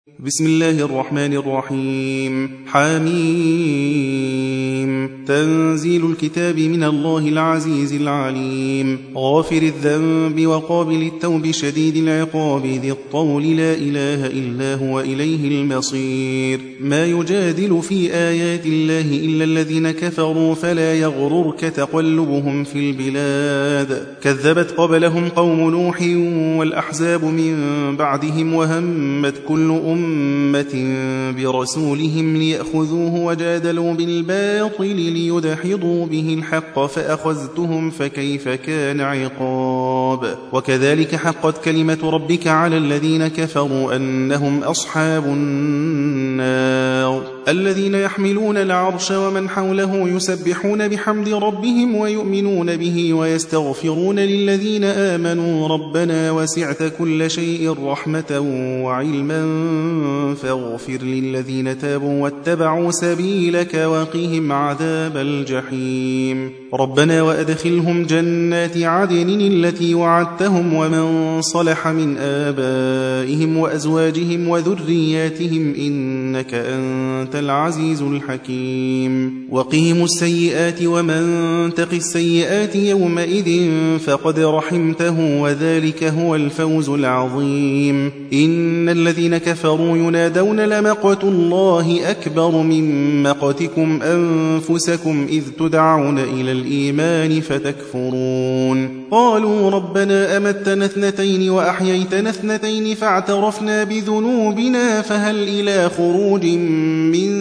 بسم الله الرحمن الرحيم. حميم. تنزيل الكتاب من الله العزيز العليم، غافر الذنب وقابل التوب شديد العقاب ذي الطول، لا إله إلا هو إليه المصير. ما يجادل في آيات الله إلا الذين كفروا فلا يغررك تقلبهم في البلاد. كذبت قبلهم قوم نوح والأحزاب من بعدهم، وهمت كل أمة برسولهم ليأخذوه، وجادلوا بالباطل ليدحضوا به الحق فأخذتهم فكيف كان عقاب. وكذلك حقت كلمة ربك على الذين كفروا أنهم أصحاب النار. الذين يحملون العرش ومن حوله يسبحون بحمد ربهم ويؤمنون به ويستغفرون للذين آمنوا ربنا وسعت كل شيء رحمة وعلما فاغفر للذين تابوا واتبعوا سبيلك وقهم عذاب الجحيم. ربنا وأدخلهم جنات عدن التي وعدتهم ومن صلح من آبائهم وأزواجهم وذرياتهم إنك أنت العزيز الحكيم. وقهم السيئات ومن تق السيئات يومئذ فقد رحمته وذلك هو الفوز العظيم. إن الذين كفروا ينادون لمقت الله أكبر من مقتكم أنفسكم إذ تدعون إلى الإيمان فتكفرون. قالوا ربنا أمتنا اثنتين وأحييتنا اثنتين فاعترفنا بذنوبنا فهل إلى خروج من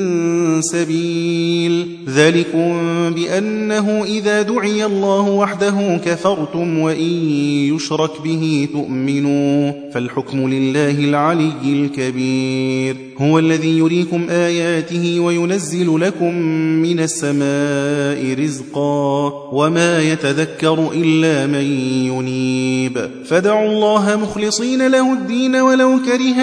سبيل. ذلكم بأنه إذا دعي الله وحده كفرتم وإن يشرك به تؤمنوا فالحكم لله العلي الكبير. هو الذي يريكم آياته وينزل لكم من السماء رزقا وما يتذكر إلا من ينيب. فادعوا الله مخلصين له الدين ولو كره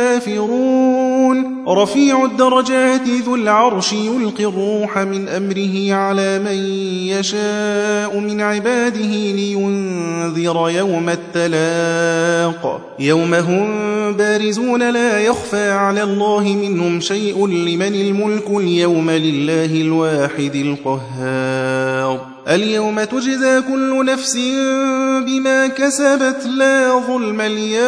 الكافرون. رفيع الدرجات ذو العرش يلقي الروح من أمره على من يشاء من عباده لينذر يوم التلاق. يوم هم بارزون لا يخفى على الله منهم شيء لمن الملك اليوم لله الواحد القهار. اليوم تجزى كل نفس بما كسبت لا ظلم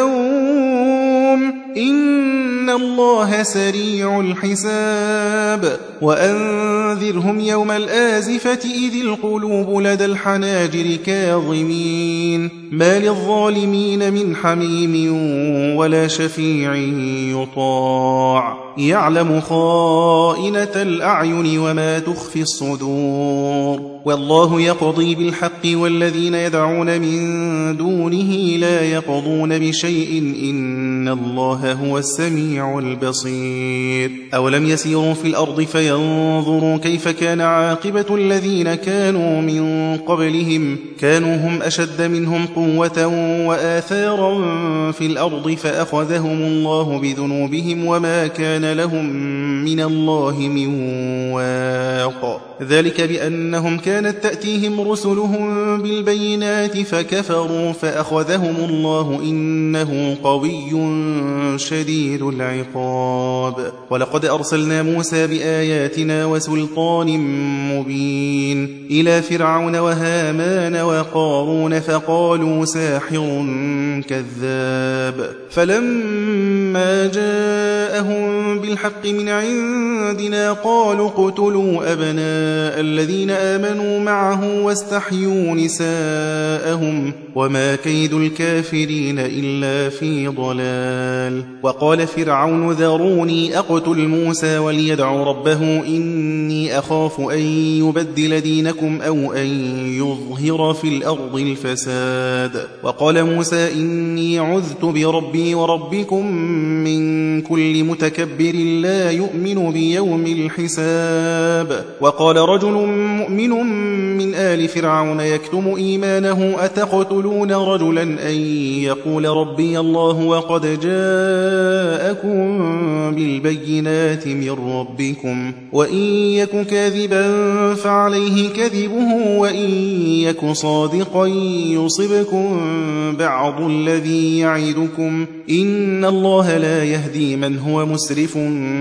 اليوم إن الله سريع الحساب. وأنذرهم يوم الآزفة إذ القلوب لدى الحناجر كاظمين ما للظالمين من حميم ولا شفيع يطاع. يعلم خائنة الأعين وما تخفي الصدور. والله يقضي بالحق والذين يدعون من دونه لا يقضون بشيء إن الله هو السميع البصير. أولم يسيروا في الأرض فينظروا كيف كان عاقبة الذين كانوا من قبلهم كانوا هم أشد منهم قوة وآثارا في الأرض فأخذهم الله بذنوبهم وما كان لهم من الله من واق. ذلك بأنهم كانت تأتيهم رسلهم بالبينات فكفروا فأخذهم الله إنه قوي شديد العقاب. ولقد أرسلنا موسى بآياتنا وسلطان مبين إلى فرعون وهامان وقارون فقالوا ساحر كذاب. فلما جاءهم بالحق من عندنا قالوا اقتلوا أبناء الذين آمنوا معه واستحيوا نساءهم وما كيد الكافرين إلا في ضلال. وقال فرعون ذروني أقتل موسى وليدع ربه إني أخاف أن يبدل دينكم أو أن يظهر في الأرض الفساد. وقال موسى إني عذت بربي وربكم من كل متكبر لا يؤمن بيوم الحساب. وقال رجل مؤمن من آل فرعون يكتم إيمانه أتقتلون رجلا أن يقول ربي الله وقد جاءكم بالبينات من ربكم وإن يك كاذبا فعليه كذبه وإن يك صادقا يصبكم بعض الذي يعدكم إن الله لا يهدي به من هو مسرف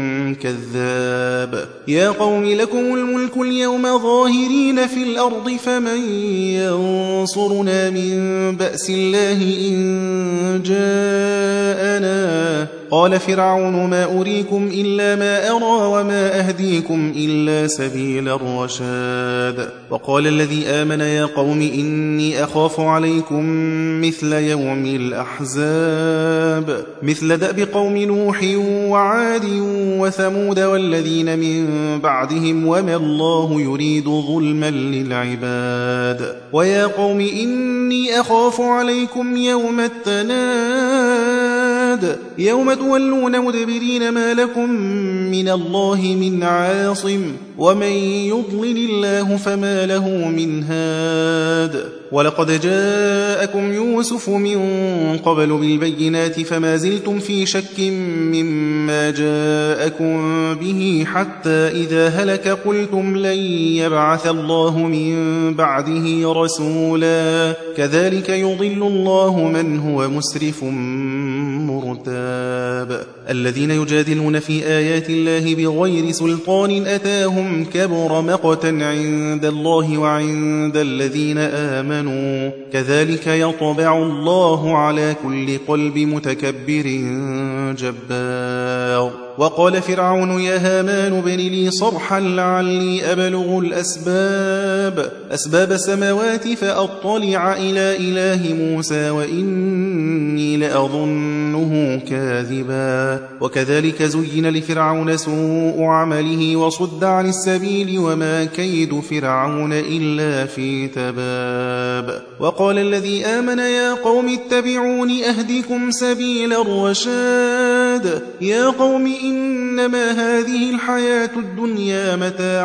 كذاب يا قوم لكم الملك اليوم ظاهرين في الأرض فمن ينصرنا من بأس الله إن جاءنا قال فرعون ما أريكم إلا ما أرى وما أهديكم إلا سبيل الرشاد وقال الذي آمن يا قوم إني أخاف عليكم مثل يوم الأحزاب مثل دأب قوم نوح وعاد وثمود والذين من بعدهم وما الله يريد ظلما للعباد ويا قوم إني أخاف عليكم يوم التناد يوم تولون مدبرين ما لكم من الله من عاصم ومن يضلل الله فما له من هاد ولقد جاءكم يوسف من قبل بالبينات فما زلتم في شك مما جاءكم به حتى إذا هلك قلتم لن يبعث الله من بعده رسولا كذلك يضل الله من هو مسرف مرتاب الذين يجادلون في آيات الله بغير سلطان أتاهم كبر مقتا عند الله وعند الذين آمنوا كذلك يطبع الله على كل قلب متكبر جبار وقال فرعون يا هامان ابن لي صرحا لعلي أبلغ أسباب السماوات فأطلع إلى إله موسى وإني لأظنه كاذبا وكذلك زين لفرعون سوء عمله وصد عن السبيل وما كيد فرعون إلا في تباب وقال الذي آمن يا قوم اتبعون أهدكم سبيل الرشاد يا قوم إنما هذه الحياة الدنيا متاع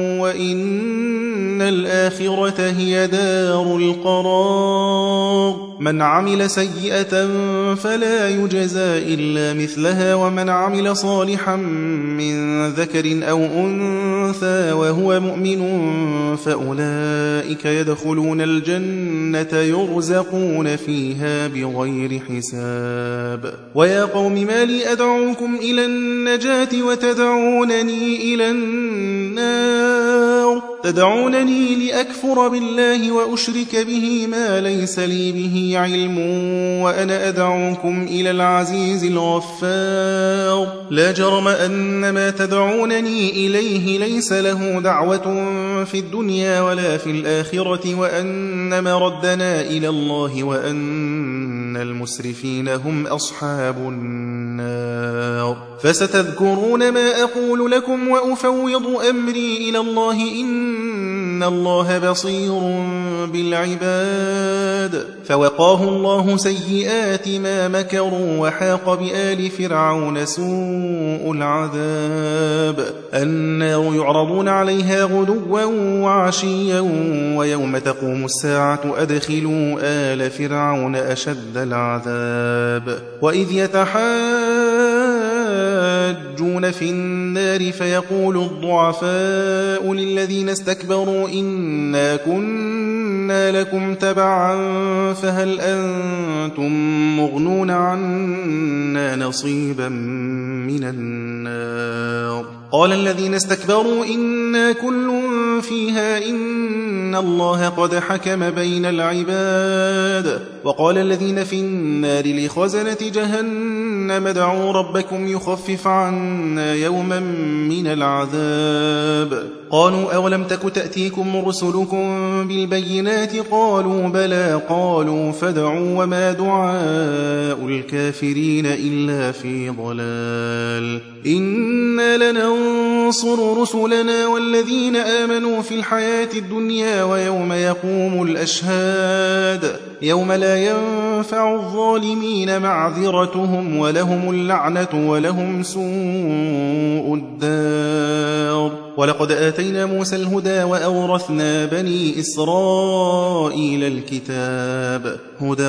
وإن الآخرة هي دار القرار من عمل سيئة فلا يجزى إلا مثلها ومن عمل صالحا من ذكر أو أنثى وهو مؤمن فأولئك يدخلون الجنة يرزقون فيها بغير حساب ويا قوم ما لي أدعوكم إلى النجاة وتدعونني إلى النار تدعونني لأكفر بالله وأشرك به ما ليس لي به علم وأنا أدعوكم إلى العزيز الغفار لا جرم أن ما تدعونني إليه ليس له دعوة في الدنيا ولا في الآخرة وأن مردنا إلى الله وأن المسرفين هم أصحاب النار فستذكرون ما أقول لكم وأفوض أمري إلى الله إن الله بصير بالعباد فوقاه الله سيئات ما مكروا وحاق بآل فرعون سوء العذاب النار يعرضون عليها غدوا وعشيا ويوم تقوم الساعة أدخلوا آل فرعون أشد العذاب وإذ يتحاجون في النار فيقول الضعفاء للذين استكبروا إنا كنا لكم تبعا فهل أنتم مغنون عنا نصيبا من النار قال الذين استكبروا إنا كل فيها إن الله قد حكم بين العباد وقال الذين في النار لخزنة جهنم ادعوا ربكم يخفف عنا يوما من العذاب قالوا أولم تك تأتيكم رسلكم بالبينات قالوا بلى قالوا فادعوا وما دعاء الكافرين إلا في ضلال إنا لننصر رسلنا والذين آمنوا في الحياة الدنيا ويوم يقوم الأشهاد يوم لا ينفع الظالمين معذرتهم ولهم اللعنة ولهم سوء الدار ولقد آتينا موسى الهدى وأورثنا بني إسرائيل الكتاب هدى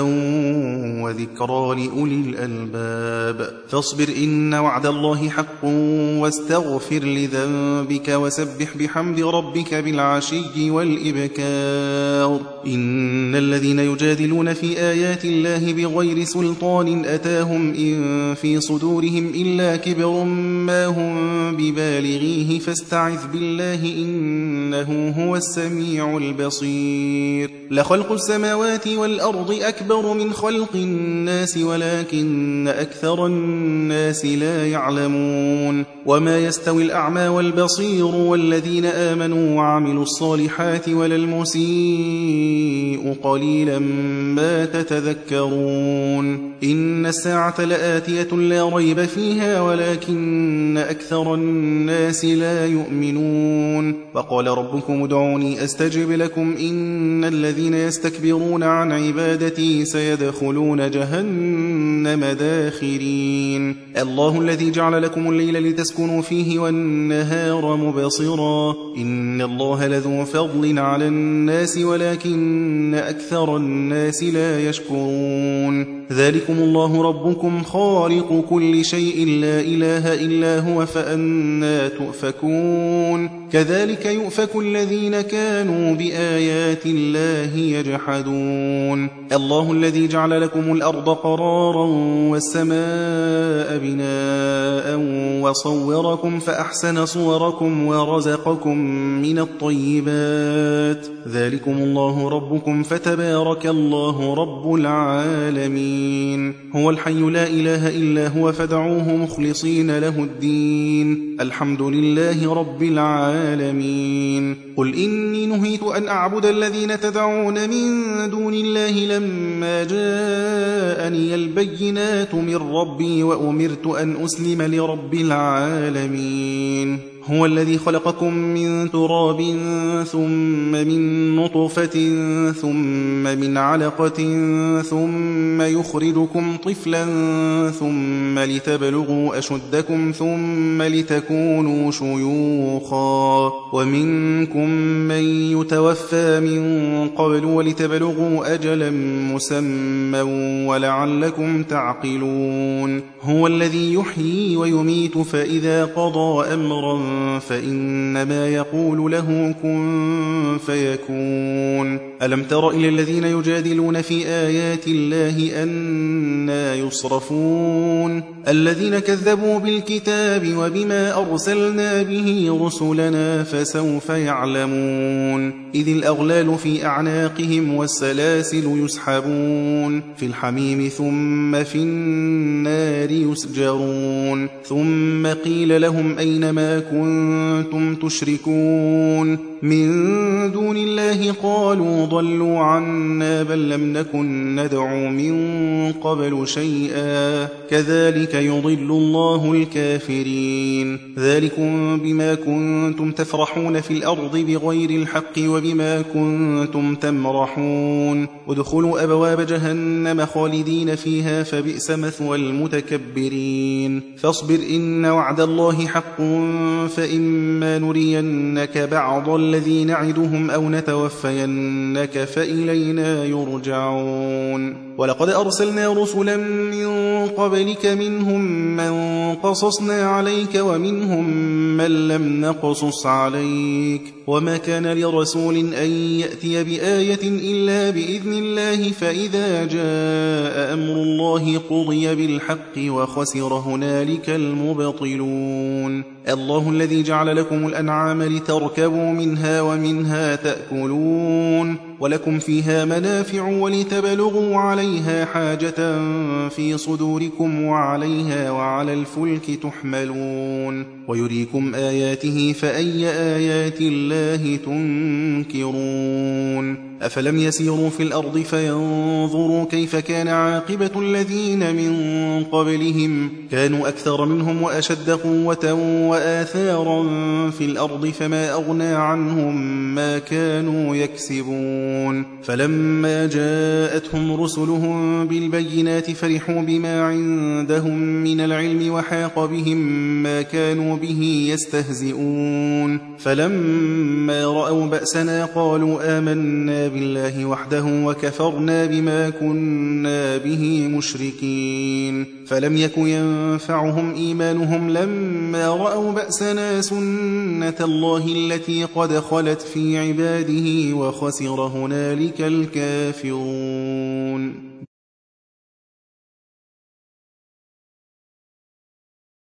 وذكرى لأولي الألباب. فاصبر إن وعد الله حق واستغفر لذنبك وسبح بحمد ربك بالعشي والإبكار. إن الذين يجادلون في آيات الله بغير سلطان أتاهم إن في صدورهم إلا كبر ما هم ببالغيه فاستعذ بالله إنه هو السميع البصير. لخلق السماوات والأرض أكبر من خلق الناس ولكن أكثر الناس لا يعلمون. وما يستوي الأعمى والبصير والذين آمنوا وعملوا الصالحات ولا المسيء قليلا ما تتذكرون. إن الساعة لآتية لا ريب فيها ولكن أكثر الناس لا يؤمنون. وقال ربكم ادعوني أستجب لكم إن الذين يستكبرون عن عبادتي سيدخلون جهنم داخرين. الله الذي جعل لكم الليل لتسكنوا فيه والنهار مبصرا إن الله لذو فضل على الناس ولكن أكثر الناس لا يشكرون. ذلكم الله ربكم خالق كل شيء لا إله إلا هو فأنى تؤفكون. كذلك يؤفك الذين كانوا بآيات الله يجحدون. الله الذي جعل لكم الأرض قرارا والسماء بناء وصوركم فأحسن صوركم ورزقكم من الطيبات. ذلكم الله ربكم فتبارك الله رب العالمين. هو الحي لا إله إلا هو فادعوه مخلصين له الدين. الحمد لله رب العالمين. قل إني نهيت أن أعبد الذين تدعون من دون الله لما جاءني البينات من ربي وأمرت أن أسلم لرب العالمين. هو الذي خلقكم من تراب ثم من نطفة ثم من علقة ثم يخرجكم طفلا ثم لتبلغوا أشدكم ثم لتكونوا شيوخا ومنكم من يتوفى من قبل ولتبلغوا أجلا مسمى ولعلكم تعقلون. هو الذي يحيي ويميت فإذا قضى أمرا فإنما يقول له كن فيكون. ألم تر إلى الذين يجادلون في آيات الله أنى يصرفون. الذين كذبوا بالكتاب وبما أرسلنا به رسلنا فسوف يعلمون. إذ الأغلال في أعناقهم والسلاسل يسحبون في الحميم ثم في النار يسجرون. ثم قيل لهم أين ما كنتم تشركون من دون الله قالوا ضلوا عنا بل لم نكن ندعو من قبل شيئا كذلك يضل الله الكافرين. ذلكم بما كنتم تفرحون في الأرض بغير الحق وبما كنتم تمرحون. ادخلوا أبواب جهنم خالدين فيها فبئس مثوى المتكبرين. فاصبر إن وعد الله حق فإما نرينك بعض الذي نعدهم أو نتوفينك فإلينا يرجعون. ولقد أرسلنا رسلا من قبلك منهم من قصصنا عليك ومنهم من لم نقصص عليك وما كان لرسول أن يأتي بآية إلا بإذن الله فإذا جاء أمر الله قضي بالحق وخسر هنالك المبطلون. الله الذي جعل لكم الأنعام لتركبوا منها ومنها تأكلون ولكم فيها منافع ولتبلغوا عليها حاجة في صدوركم وعليها وعلى الفلك تحملون ويريكم آياته فأي آيات الله تنكرون. أفلم يسيروا في الأرض فينظروا كيف كان عاقبة الذين من قبلهم كانوا أكثر منهم وأشد قوة وآثارا في الأرض فما أغنى عنهم ما كانوا يكسبون. فلما جاءتهم رسلهم بالبينات فرحوا بما عندهم من العلم وحاق بهم ما كانوا به يستهزئون. فلما رأوا بأسنا قالوا آمنا بالله وحده وكفرنا بما كنا به مشركين فلم يك ينفعهم إيمانهم لما رأوا بأسنا سنة الله التي قد خلت في عباده وخسر هنالك الكافرون